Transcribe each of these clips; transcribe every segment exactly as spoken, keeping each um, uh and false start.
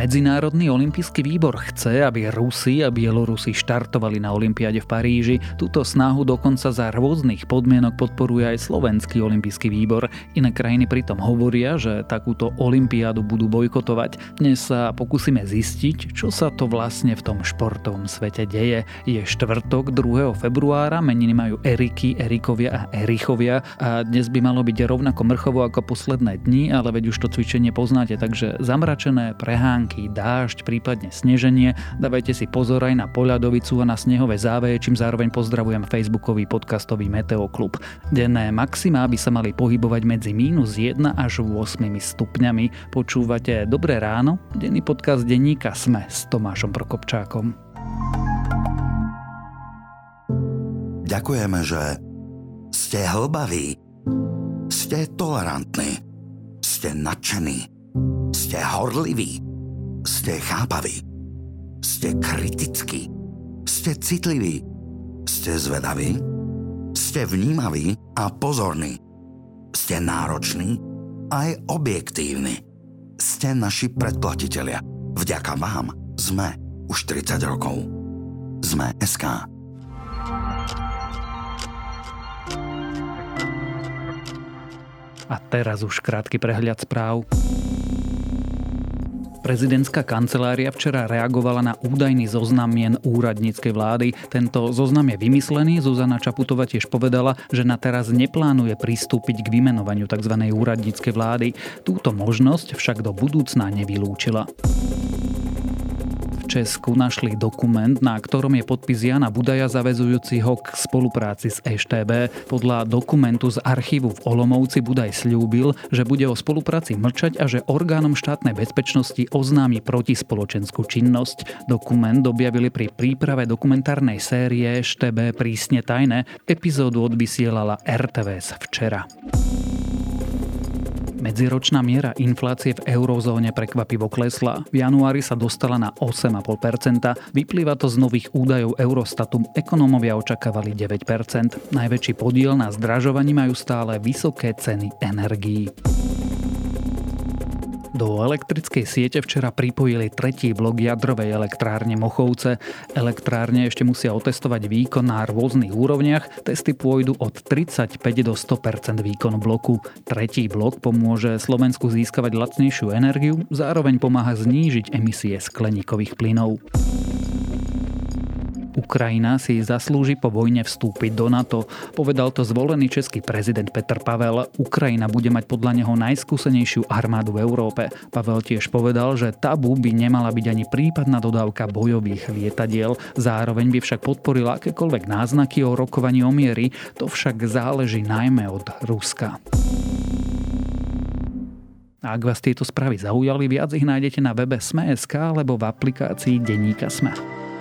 Medzinárodný olympijský výbor chce, aby Rusi a Bielorusi štartovali na olympiáde v Paríži. Túto snahu dokonca za rôznych podmienok podporuje aj Slovenský olympijský výbor. Iné krajiny pritom hovoria, že takúto olympiádu budú bojkotovať. Dnes sa pokúsime zistiť, čo sa to vlastne v tom športovom svete deje. Je štvrtok, druhého februára, meniny majú Eriky, Erikovia a Erichovia a dnes by malo byť rovnako mrchovo ako posledné dni, ale veď už to cvičenie poznáte, takže zamračené, prehánky, dážď, prípadne sneženie. Dávajte si pozor aj na poľadovicu a na snehové záveje, čím zároveň pozdravujem facebookový podcastový Meteoklub. Denné maximá by sa mali pohybovať medzi mínus jeden až osem stupňami. Počúvate Dobré ráno, denný podcast denníka SME s Tomášom Prokopčákom. Ďakujeme, že ste hlbaví, ste tolerantní, ste nadšení, ste horliví, ste chápaví, ste kritickí, ste citliví, ste zvedaví, ste vnímaví a pozorní, ste nároční aj objektívni. Ste naši predplatitelia. Vďaka vám sme už tridsať rokov. Sme es ká. A teraz už krátky prehľad správ. Prezidentská kancelária včera reagovala na údajný zoznam mien úradníckej vlády. Tento zoznam je vymyslený. Zuzana Čaputová tiež povedala, že na teraz neplánuje pristúpiť k vymenovaniu tzv. Úradníckej vlády. Túto možnosť však do budúcna nevylúčila. V Česku našli dokument, na ktorom je podpis Jana Budaja zaväzujúci ho k spolupráci s é té bé. Podľa dokumentu z archívu v Olomouci Budaj sľúbil, že bude o spolupráci mlčať a že orgánom štátnej bezpečnosti oznámi protispoločenskú činnosť. Dokument objavili pri príprave dokumentárnej série é té bé Prísne tajné. Epizódu odvysielala er té vé es včera. Medziročná miera inflácie v eurozóne prekvapivo klesla. V januári sa dostala na osem celá päť percenta. Vyplýva to z nových údajov Eurostatu. Ekonómovia očakávali deväť percent. Najväčší podiel na zdražovaní majú stále vysoké ceny energií. Do elektrickej siete včera pripojili tretí blok jadrovej elektrárne Mochovce. Elektrárne ešte musia otestovať výkon na rôznych úrovniach. Testy pôjdu od tridsaťpäť do sto percent výkonu bloku. Tretí blok pomôže Slovensku získavať lacnejšiu energiu, zároveň pomáha znížiť emisie skleníkových plynov. Ukrajina si zaslúži po vojne vstúpiť do NATO. Povedal to zvolený český prezident Petr Pavel. Ukrajina bude mať podľa neho najskúsenejšiu armádu v Európe. Pavel tiež povedal, že tabu by nemala byť ani prípadná dodávka bojových lietadiel. Zároveň by však podporil akékoľvek náznaky o rokovaní o miery. To však záleží najmä od Ruska. A ak vás tieto správy zaujali, viac ich nájdete na webe es em e bodka es ká alebo v aplikácii denníka SME.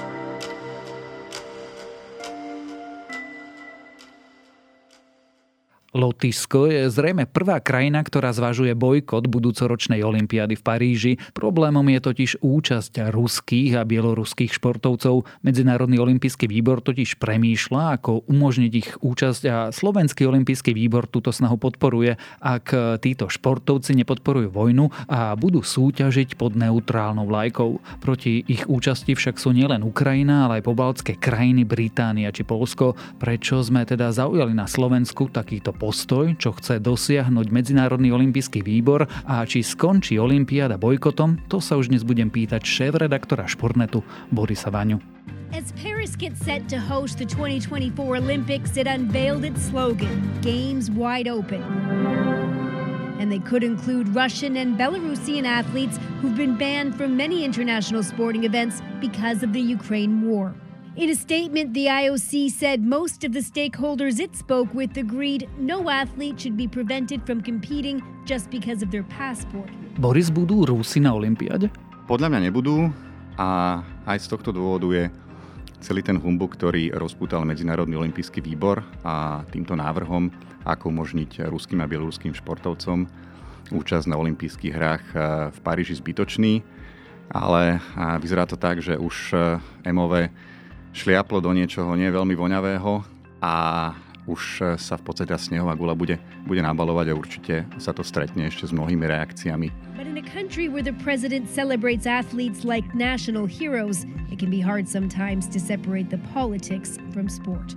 Lotyšsko je zrejme prvá krajina, ktorá zvažuje bojkot budúcoročnej olympiády v Paríži. Problémom je totiž účasť ruských a bieloruských športovcov. Medzinárodný olympijský výbor totiž premýšľa, ako umožniť ich účasť a Slovenský olympijský výbor túto snahu podporuje, ak títo športovci nepodporujú vojnu a budú súťažiť pod neutrálnou vlajkou. Proti ich účasti však sú nielen Ukrajina, ale aj pobaltské krajiny, Británia či Poľsko. Prečo sme teda zaujali na Slovensku takýto postoj, čo chce dosiahnuť Medzinárodný olympijský výbor a či skončí olympiáda bojkotom, to sa už dnes budem pýtať šéf-redaktora Športnetu Borisa Vaňu. As Paris gets set to host the twenty twenty-four Olympics, it unveiled its slogan, Games Wide Open. And they could include Russian and Belarusian athletes who've been banned from many international sporting events because of the Ukraine war. In a statement, the I O C said most of the stakeholders it spoke with agreed no athlete should be prevented from competing just because of their passport. Boris, budú Rusi na olympiáde? Podľa mňa nebudú a aj z tohto dôvodu je celý ten humbuk, ktorý rozpútal Medzinárodný olympijský výbor a týmto návrhom, ako umožniť ruským a bieloruským športovcom účasť na olympijských hrách v Paríži zbytočný, ale vyzerá to tak, že už em ó vé šliaplo do niečoho nie veľmi voňavého a už sa v podstate snehová guľa bude, bude nabalovať a určite sa to stretne ešte s mnohými reakciami. But in a country where the president celebrates athletes like national heroes, it can be hard sometimes to separate the politics from sport.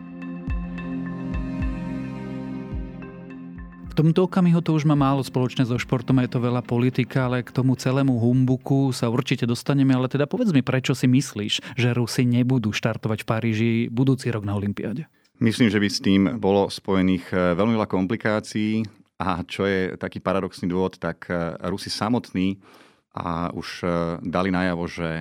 V tomto okamihu to už má málo spoločné so športom, je to veľa politika, ale k tomu celému humbuku sa určite dostaneme, ale teda povedz mi, prečo si myslíš, že Rusi nebudú štartovať v Paríži budúci rok na olympiáde? Myslím, že by s tým bolo spojených veľmi veľa komplikácií a čo je taký paradoxný dôvod, tak Rusi samotní a už dali najavo, že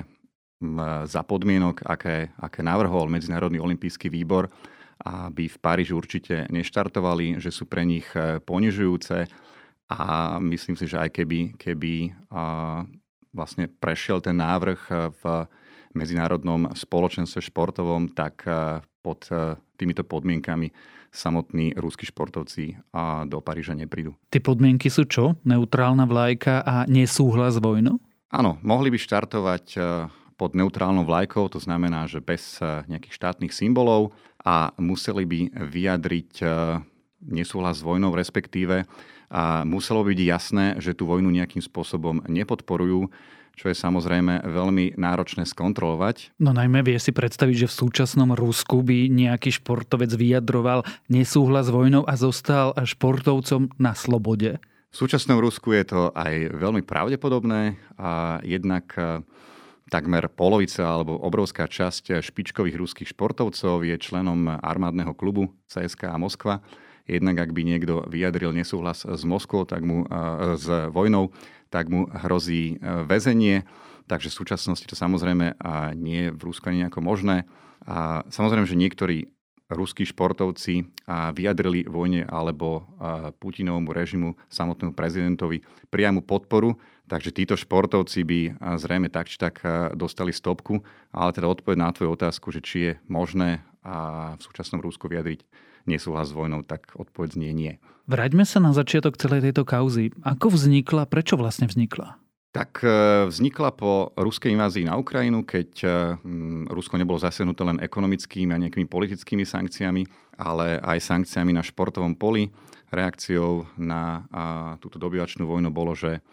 za podmienok, aké, aké navrhol Medzinárodný olympijský výbor, aby v Paríži určite neštartovali, že sú pre nich ponižujúce a myslím si, že aj keby, keby vlastne prešiel ten návrh v medzinárodnom spoločenstve športovom, tak pod týmito podmienkami samotní ruskí športovci do Paríža neprídu. Tie podmienky sú čo? Neutrálna vlajka a nesúhlas s vojnou? Áno, mohli by štartovať pod neutrálnou vlajkou, to znamená, že bez nejakých štátnych symbolov a museli by vyjadriť nesúhlas s vojnou, respektíve a muselo byť jasné, že tú vojnu nejakým spôsobom nepodporujú, čo je samozrejme veľmi náročné skontrolovať. No najmä vie si predstaviť, že v súčasnom Rusku by nejaký športovec vyjadroval nesúhlas s vojnou a zostal športovcom na slobode? V súčasnom Rusku je to aj veľmi pravdepodobné a jednak takmer polovica alebo obrovská časť špičkových ruských športovcov je členom armádneho klubu cé es ká á Moskva. Jednak ak by niekto vyjadril nesúhlas s Moskvou, tak mu, s vojnou, tak mu hrozí väzenie. Takže v súčasnosti to samozrejme nie je v Rusku ani nejako možné. A samozrejme, že niektorí ruskí športovci vyjadrili vojne alebo Putinovmu režimu, samotnému prezidentovi priamu podporu. Takže títo športovci by zrejme tak či tak dostali stopku, ale teda odpoveď na tvoju otázku, že či je možné v súčasnom Rusku vyjadriť nesúhlas s vojnou, tak odpoveď nie nie. Vráťme sa na začiatok celej tejto kauzy. Ako vznikla, prečo vlastne vznikla? Tak vznikla po ruskej invázii na Ukrajinu, keď Rusko nebolo zasiahnuté len ekonomickými a nejakými politickými sankciami, ale aj sankciami na športovom poli. Reakciou na túto dobyvačnú vojnu bolo, že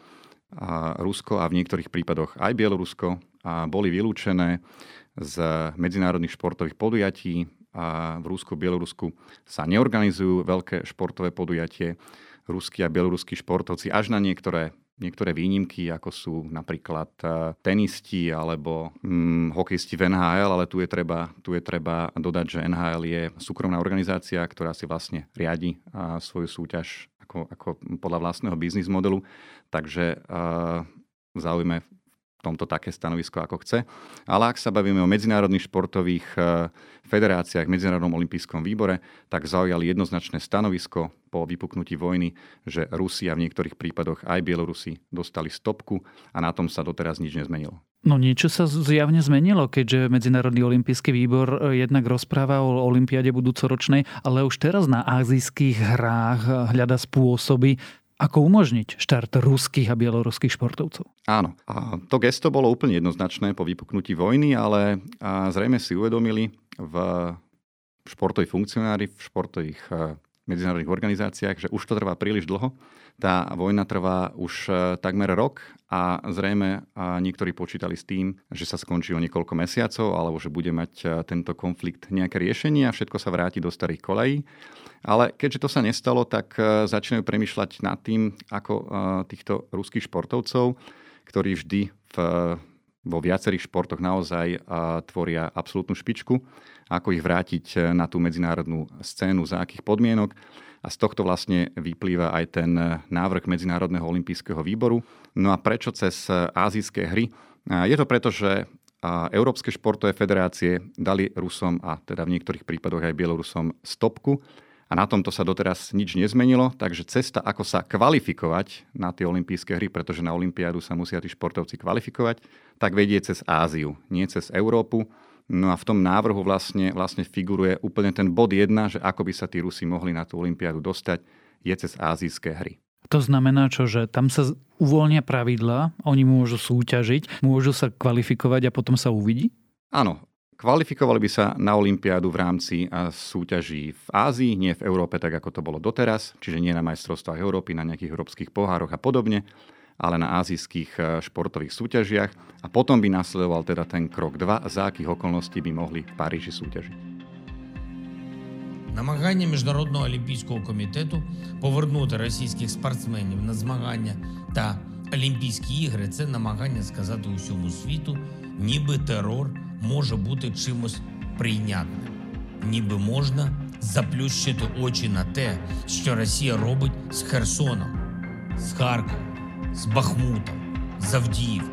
Rusko a v niektorých prípadoch aj Bielorusko boli vylúčené z medzinárodných športových podujatí. A v Rusku, Bielorusku sa neorganizujú veľké športové podujatie. Ruskí a bieloruskí športovci až na niektoré, niektoré výnimky, ako sú napríklad tenisti alebo hm, hokejisti v en há el, ale tu je, treba, tu je treba dodať, že en há el je súkromná organizácia, ktorá si vlastne riadi svoju súťaž ako, ako podľa vlastného biznis modelu. Takže uh, v záujme v tomto také stanovisko, ako chce. Ale ak sa bavíme o medzinárodných športových federáciách, Medzinárodnom olympijskom výbore, tak zaujali jednoznačné stanovisko po vypuknutí vojny, že Rusi a v niektorých prípadoch aj Bielorusi dostali stopku a na tom sa doteraz nič nezmenilo. No niečo sa zjavne zmenilo, keďže Medzinárodný olympijský výbor jednak rozpráva o olympiáde budúcoročnej, ale už teraz na ázijských hrách hľada spôsoby, ako umožniť štart ruských a bieloruských športovcov? Áno. A to gesto bolo úplne jednoznačné po vypuknutí vojny, ale zrejme si uvedomili v športoví funkcionári, v športových medzinárodných organizáciách, že už to trvá príliš dlho. Tá vojna trvá už takmer rok a zrejme niektorí počítali s tým, že sa skončí o niekoľko mesiacov alebo že bude mať tento konflikt nejaké riešenie a všetko sa vráti do starých koľají. Ale keďže to sa nestalo, tak začínajú premýšľať nad tým, ako týchto ruských športovcov, ktorí vždy v, vo viacerých športoch naozaj tvoria absolútnu špičku, ako ich vrátiť na tú medzinárodnú scénu, za akých podmienok. A z tohto vlastne vyplýva aj ten návrh Medzinárodného olympijského výboru. No a prečo cez ázijské hry? Je to preto, že Európske športové federácie dali Rusom a teda v niektorých prípadoch aj Bielorusom stopku. A na tomto sa doteraz nič nezmenilo, takže cesta, ako sa kvalifikovať na tie olympijské hry, pretože na olympiádu sa musia tí športovci kvalifikovať, tak vedie cez Áziu, nie cez Európu. No a v tom návrhu vlastne, vlastne figuruje úplne ten bod jedna, že ako by sa tí Rusi mohli na tú olympiádu dostať, je cez ázijské hry. To znamená čo, že tam sa uvoľnia pravidlá, oni môžu súťažiť, môžu sa kvalifikovať a potom sa uvidí? Áno. Kvalifikovali by sa na olympiádu v rámci súťaží v Ázii, nie v Európe, tak ako to bolo doteraz, čiže nie na majstrovstvách Európy, na nejakých európskych pohároch a podobne, ale na azijských športových súťažiach a potom by nasledoval teda ten krok dva, za akých okolností by mohli v Paríži súťažiť. Намагання Міжнародного олімпійського комітету повернути російських спортсменів на змагання та Олімпійські ігри – це намагання сказати усьому світу, ніби терор може бути чимось прийнятним. Ніби можна заплющити очі на те, що Росія робить з Херсоном, з Харковом, з Бахмутом, з Авдіївкою.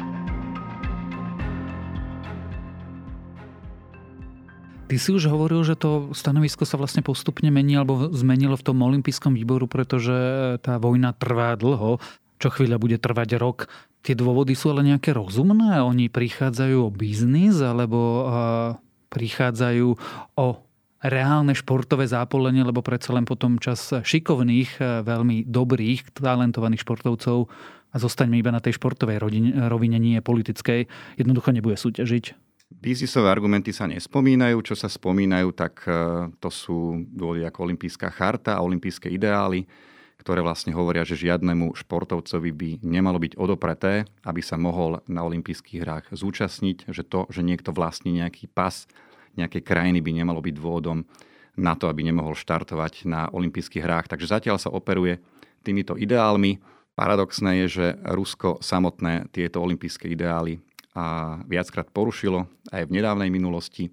Ty si už hovoril, že to stanovisko sa vlastne postupne mení alebo zmenilo v tom olympijskom výboru, pretože tá vojna trvá dlho. Čo chvíľa bude trvať rok. Tie dôvody sú ale nejaké rozumné? Oni prichádzajú o biznis alebo uh, prichádzajú o reálne športové zápolenie, lebo predsa len potom čas šikovných, veľmi dobrých, talentovaných športovcov a zostaňme iba na tej športovej rovine, nie politickej, jednoducho nebude súťažiť. Biznisové argumenty sa nespomínajú. Čo sa spomínajú, tak to sú dôvody ako olympijská charta a olympijské ideály, ktoré vlastne hovoria, že žiadnemu športovcovi by nemalo byť odopreté, aby sa mohol na olympijských hrách zúčastniť, že to, že niekto vlastní nejaký pas nejakej krajiny, by nemalo byť dôvodom na to, aby nemohol štartovať na olympijských hrách. Takže zatiaľ sa operuje týmito ideálmi. Paradoxné je, že Rusko samotné tieto olympijské ideály a viackrát porušilo aj v nedávnej minulosti.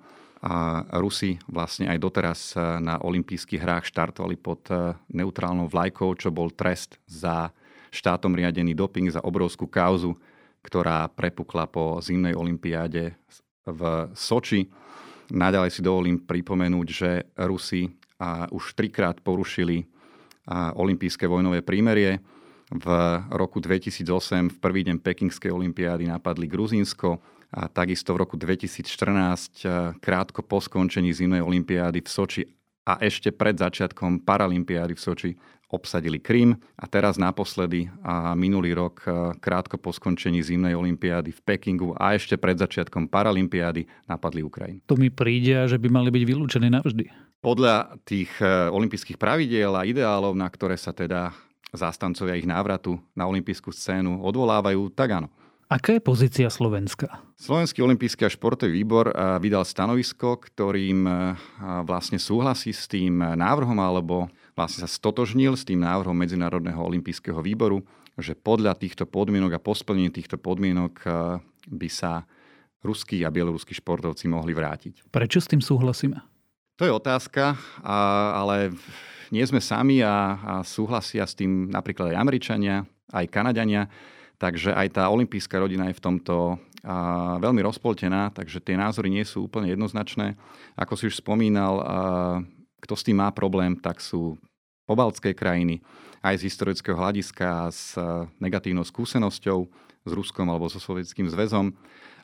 A Rusi vlastne aj doteraz na olympijských hrách štartovali pod neutrálnou vlajkou, čo bol trest za štátom riadený doping, za obrovskú kauzu, ktorá prepukla po zimnej olympiáde v Soči. Naďalej si dovolím pripomenúť, že Rusi už trikrát porušili olympijské vojnové prímerie. V roku dvetisícosem v prvý deň Pekingskej olympiády napadli Gruzínsko a takisto v roku dvetisícštrnásť krátko po skončení zimnej olympiády v Soči a ešte pred začiatkom paralympiády v Soči obsadili Krym a teraz naposledy a minulý rok krátko po skončení zimnej olympiády v Pekingu a ešte pred začiatkom paralympiády napadli Ukrajinu. To mi príde, že by mali byť vylúčení navždy. Podľa tých olympijských pravidiel a ideálov, na ktoré sa teda zástancovia ich návratu na olympijskú scénu odvolávajú, tak áno. Aká je pozícia Slovenska? Slovenský olympijský a športový výbor vydal stanovisko, ktorým vlastne súhlasí s tým návrhom alebo vlastne sa stotožnil s tým návrhom Medzinárodného olympijského výboru, že podľa týchto podmienok a po splnení týchto podmienok by sa ruskí a bieloruskí športovci mohli vrátiť. Prečo s tým súhlasíme? To je otázka, ale nie sme sami a, a súhlasia s tým napríklad aj Američania, aj Kanaďania, takže aj tá olympijská rodina je v tomto a, veľmi rozpoltená, takže tie názory nie sú úplne jednoznačné. Ako si už spomínal, a, kto s tým má problém, tak sú pobaltské krajiny, aj z historického hľadiska a s negatívnou skúsenosťou s Ruskom alebo so Sovietským zväzom.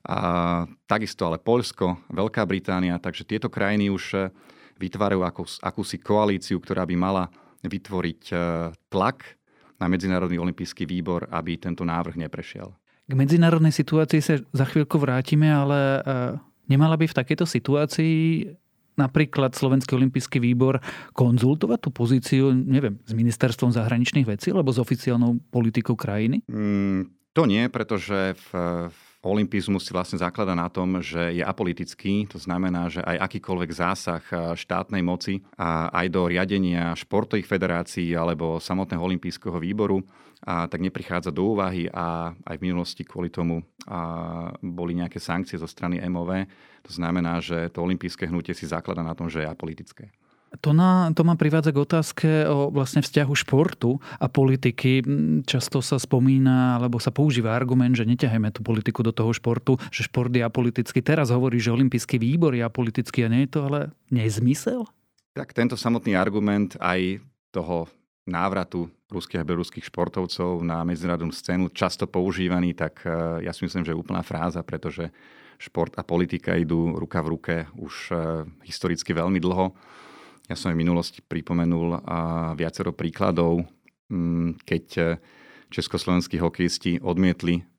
A, takisto ale Poľsko, Veľká Británia, takže tieto krajiny už vytvárajú akús, akúsi koalíciu, ktorá by mala vytvoriť tlak na Medzinárodný olympijský výbor, aby tento návrh neprešiel. K medzinárodnej situácii sa za chvíľku vrátime, ale nemala by v takejto situácii napríklad Slovenský olympijský výbor konzultovať tú pozíciu, neviem, s ministerstvom zahraničných vecí alebo s oficiálnou politikou krajiny? Mm, to nie, pretože v, v olympizmus si vlastne zaklada na tom, že je apolitický, to znamená, že aj akýkoľvek zásah štátnej moci a aj do riadenia športových federácií alebo samotného olympijského výboru a tak neprichádza do úvahy a aj v minulosti kvôli tomu a boli nejaké sankcie zo strany em ó vé. To znamená, že to olympijské hnutie si zaklada na tom, že je apolitické. To, na, to ma privádza k otázke o vlastne vzťahu športu a politiky. Často sa spomína, alebo sa používa argument, že neťahajme tú politiku do toho športu, že šport je apolitický. Teraz hovorí, že olympijský výbor je apolitický a nie je to ale nezmysel? Tak tento samotný argument aj toho návratu ruských a bieloruských športovcov na medzinárodnú scénu často používaný, tak ja si myslím, že je úplná fráza, pretože šport a politika idú ruka v ruke už historicky veľmi dlho. Ja som aj v minulosti pripomenul viacero príkladov, keď československí hokejisti odmietli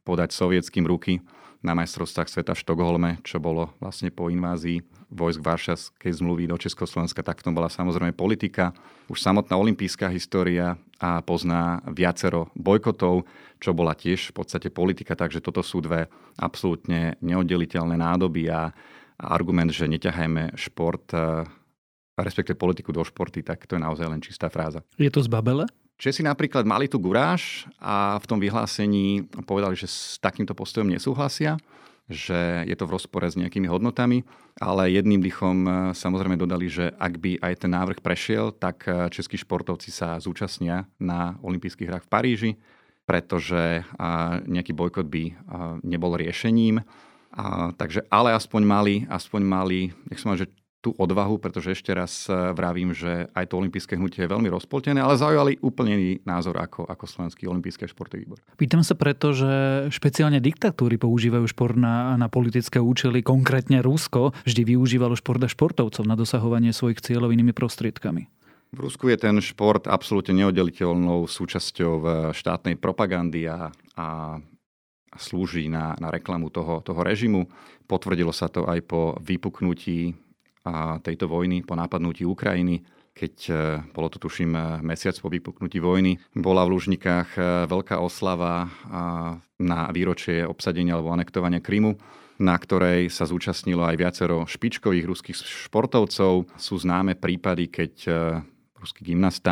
podať sovietským ruky na majstrovstvách sveta v Štokholme, čo bolo vlastne po invázii vojsk Varšavskej zmluvy do Československa, tak v tom bola samozrejme politika. Už samotná olympijská história a pozná viacero bojkotov, čo bola tiež v podstate politika, takže toto sú dve absolútne neoddeliteľné nádoby a, a argument, že neťahajme šport, respektive politiku do športy, tak to je naozaj len čistá fráza. Je to zbabele? Česi napríklad mali tu guráž a v tom vyhlásení povedali, že s takýmto postojom nesúhlasia, že je to v rozpore s nejakými hodnotami, ale jedným dýchom samozrejme dodali, že ak by aj ten návrh prešiel, tak českí športovci sa zúčastnia na olympijských hrách v Paríži, pretože nejaký bojkot by nebol riešením. Takže ale aspoň mali, aspoň mali, nech som mal, že tú odvahu, pretože ešte raz vravím, že aj to olympijské hnutie je veľmi rozpoltené, ale zaujali úplne iný názor ako, ako Slovenský olympijský a športový výbor. Pýtam sa preto, že špeciálne diktatúry používajú šport na, na politické účely, konkrétne Rusko vždy využívalo šport a športovcov na dosahovanie svojich cieľov inými prostriedkami. V Rusku je ten šport absolútne neoddeliteľnou súčasťou štátnej propagandy a, a slúži na, na reklamu toho, toho režimu. Potvrdilo sa to aj po vypuknutí a tejto vojny, po nápadnutí Ukrajiny, keď bolo to tuším mesiac po vypuknutí vojny, bola v Lužnikách veľká oslava na výročie obsadenia alebo anektovania Krymu, na ktorej sa zúčastnilo aj viacero špičkových ruských športovcov. Sú známe prípady, keď ruský gymnasta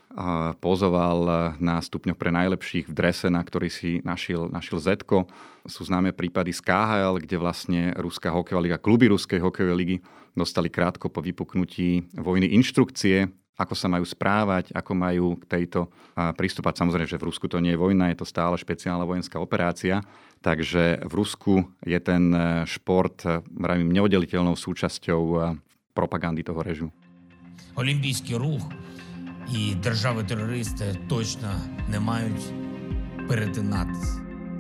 pozoval na stupňoch pre najlepších v drese, na ktorý si našiel, našiel zetko. Sú známe prípady z ká há el, kde vlastne Ruská hokejová liga, kluby Ruskej hokejovej ligy dostali krátko po vypuknutí vojny inštrukcie, ako sa majú správať, ako majú k tejto pristúpať. Samozrejme, že v Rusku to nie je vojna, je to stále špeciálna vojenská operácia. Takže v Rusku je ten šport vravím, neoddeliteľnou súčasťou propagandy toho režimu. Олімпійський рух і держави-терористи точно не мають перетинатися.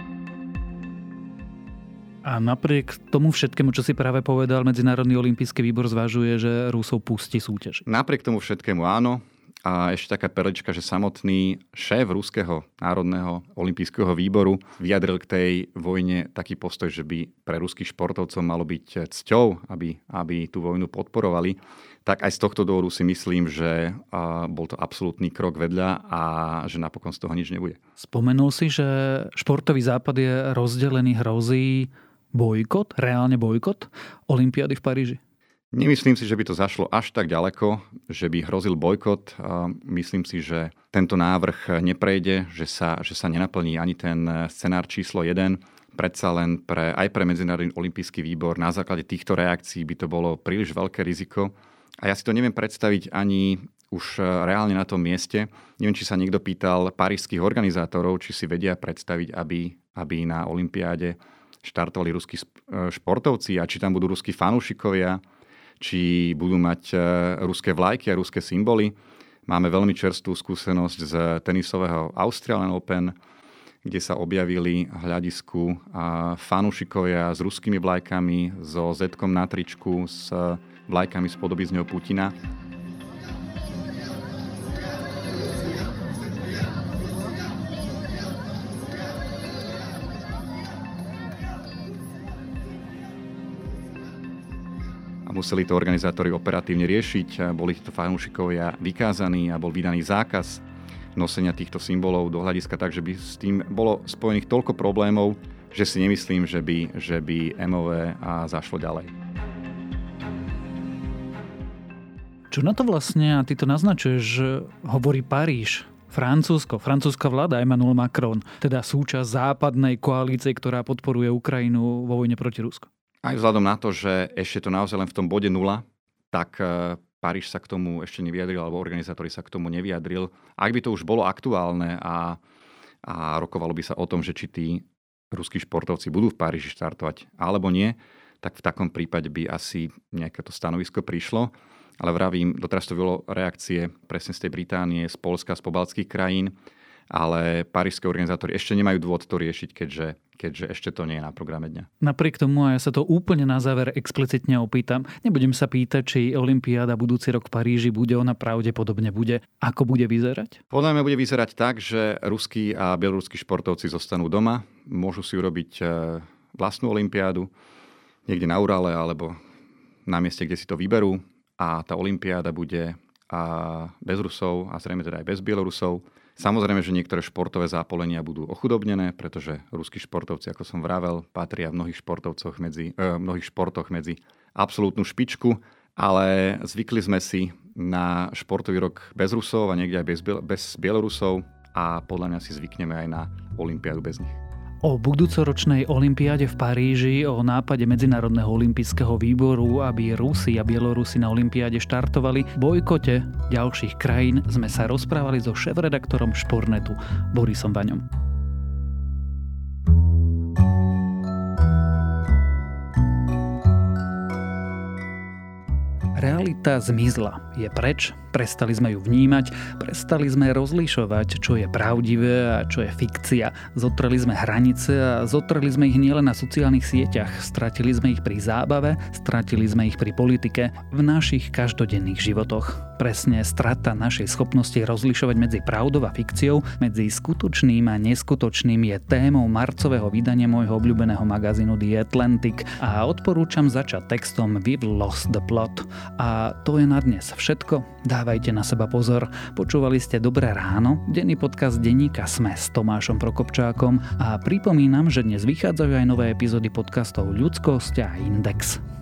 A napriek tomu všetkému, čo si práve povedal, Medzinárodný olympijský výbor zvažuje, že Rusov pustí súťaž. Napriek tomu všetkému áno. A ešte taká perlička, že samotný šéf Ruského národného olympijského výboru vyjadril k tej vojne taký postoj, že by pre ruských športovcov malo byť cťou, aby, aby tú vojnu podporovali. Tak aj z tohto dôvodu si myslím, že bol to absolútny krok vedľa a že napokon z toho nič nebude. Spomenul si, že športový západ je rozdelený, hrozí bojkot, reálne bojkot olympiády v Paríži? Nemyslím si, že by to zašlo až tak ďaleko, že by hrozil bojkot. Myslím si, že tento návrh neprejde, že sa, že sa nenaplní ani ten scenár číslo jeden. Predsa len pre, aj pre Medzinárodný olympijský výbor na základe týchto reakcií by to bolo príliš veľké riziko. A ja si to neviem predstaviť ani už reálne na tom mieste. Neviem, či sa niekto pýtal parížskych organizátorov, či si vedia predstaviť, aby, aby na olympiáde štartovali ruskí športovci a či tam budú ruskí fanúšikovia, či budú mať ruské vlajky a ruské symboly. Máme veľmi čerstvú skúsenosť z tenisového Australian Open, kde sa objavili hľadisku fanúšikovia s ruskými vlajkami, so zetkom na tričku, s vlajkami s podobizňou Putina. Museli to organizátori operatívne riešiť, boli títo fanúšikovia vykázaní a bol vydaný zákaz nosenia týchto symbolov do hľadiska, takže by s tým bolo spojených toľko problémov, že si nemyslím, že by, že by em ó vé zašlo ďalej. Čo na to vlastne, a ty to naznačuješ, hovorí Paríž, Francúzsko, francúzska vláda Emmanuel Macron, teda súčasť západnej koalície, ktorá podporuje Ukrajinu vo vojne proti Rusku? Aj vzhľadom na to, že ešte to naozaj len v tom bode nula, tak Paríž sa k tomu ešte nevyjadril, alebo organizátori sa k tomu nevyjadril. Ak by to už bolo aktuálne a, a rokovalo by sa o tom, že či tí ruskí športovci budú v Paríži štartovať alebo nie, tak v takom prípade by asi nejaké to stanovisko prišlo. Ale vravím, doteraz to bolo reakcie presne z tej Británie, z Poľska, z pobaltských krajín, ale parížské organizátori ešte nemajú dôvod to riešiť, keďže keďže ešte to nie je na programe dňa. Napriek tomu, a ja sa to úplne na záver explicitne opýtam, nebudem sa pýtať, či olympiáda budúci rok v Paríži bude, ona pravdepodobne bude. Ako bude vyzerať? Podľa mňa bude vyzerať tak, že ruskí a bieloruskí športovci zostanú doma, môžu si urobiť vlastnú olympiádu niekde na Urale alebo na mieste, kde si to vyberú, a tá olympiáda bude bez Rusov a zrejme teda aj bez Bielorusov. Samozrejme, že niektoré športové zápolenia budú ochudobnené, pretože ruskí športovci, ako som vravel, patria v mnohých športovcoch medzi, eh, mnohých športoch medzi absolútnu špičku, ale zvykli sme si na športový rok bez Rusov a niekde aj bez, bez Bielorusov a podľa mňa si zvykneme aj na olympiádu bez nich. O budúcoročnej olympiáde v Paríži, o nápade Medzinárodného olympijského výboru, aby Rusi a Bielorusi na olympiáde štartovali, bojkote ďalších krajín sme sa rozprávali so šéfredaktorom Špornetu Borisom Vaňom. Realita zmizla, je preč, prestali sme ju vnímať, prestali sme rozlišovať, čo je pravdivé a čo je fikcia. Zotreli sme hranice a zotreli sme ich nielen na sociálnych sieťach, stratili sme ich pri zábave, stratili sme ich pri politike, v našich každodenných životoch. Presne strata našej schopnosti rozlišovať medzi pravdou a fikciou, medzi skutočným a neskutočným je témou marcového vydania môjho obľúbeného magazínu The Atlantic a odporúčam začať textom We've lost the plot. A to je na dnes všetko. Dávajte na seba pozor. Počúvali ste Dobré ráno, denný podcast denníka SME s Tomášom Prokopčákom a pripomínam, že dnes vychádzajú aj nové epizódy podcastov Ľudskosť a Index.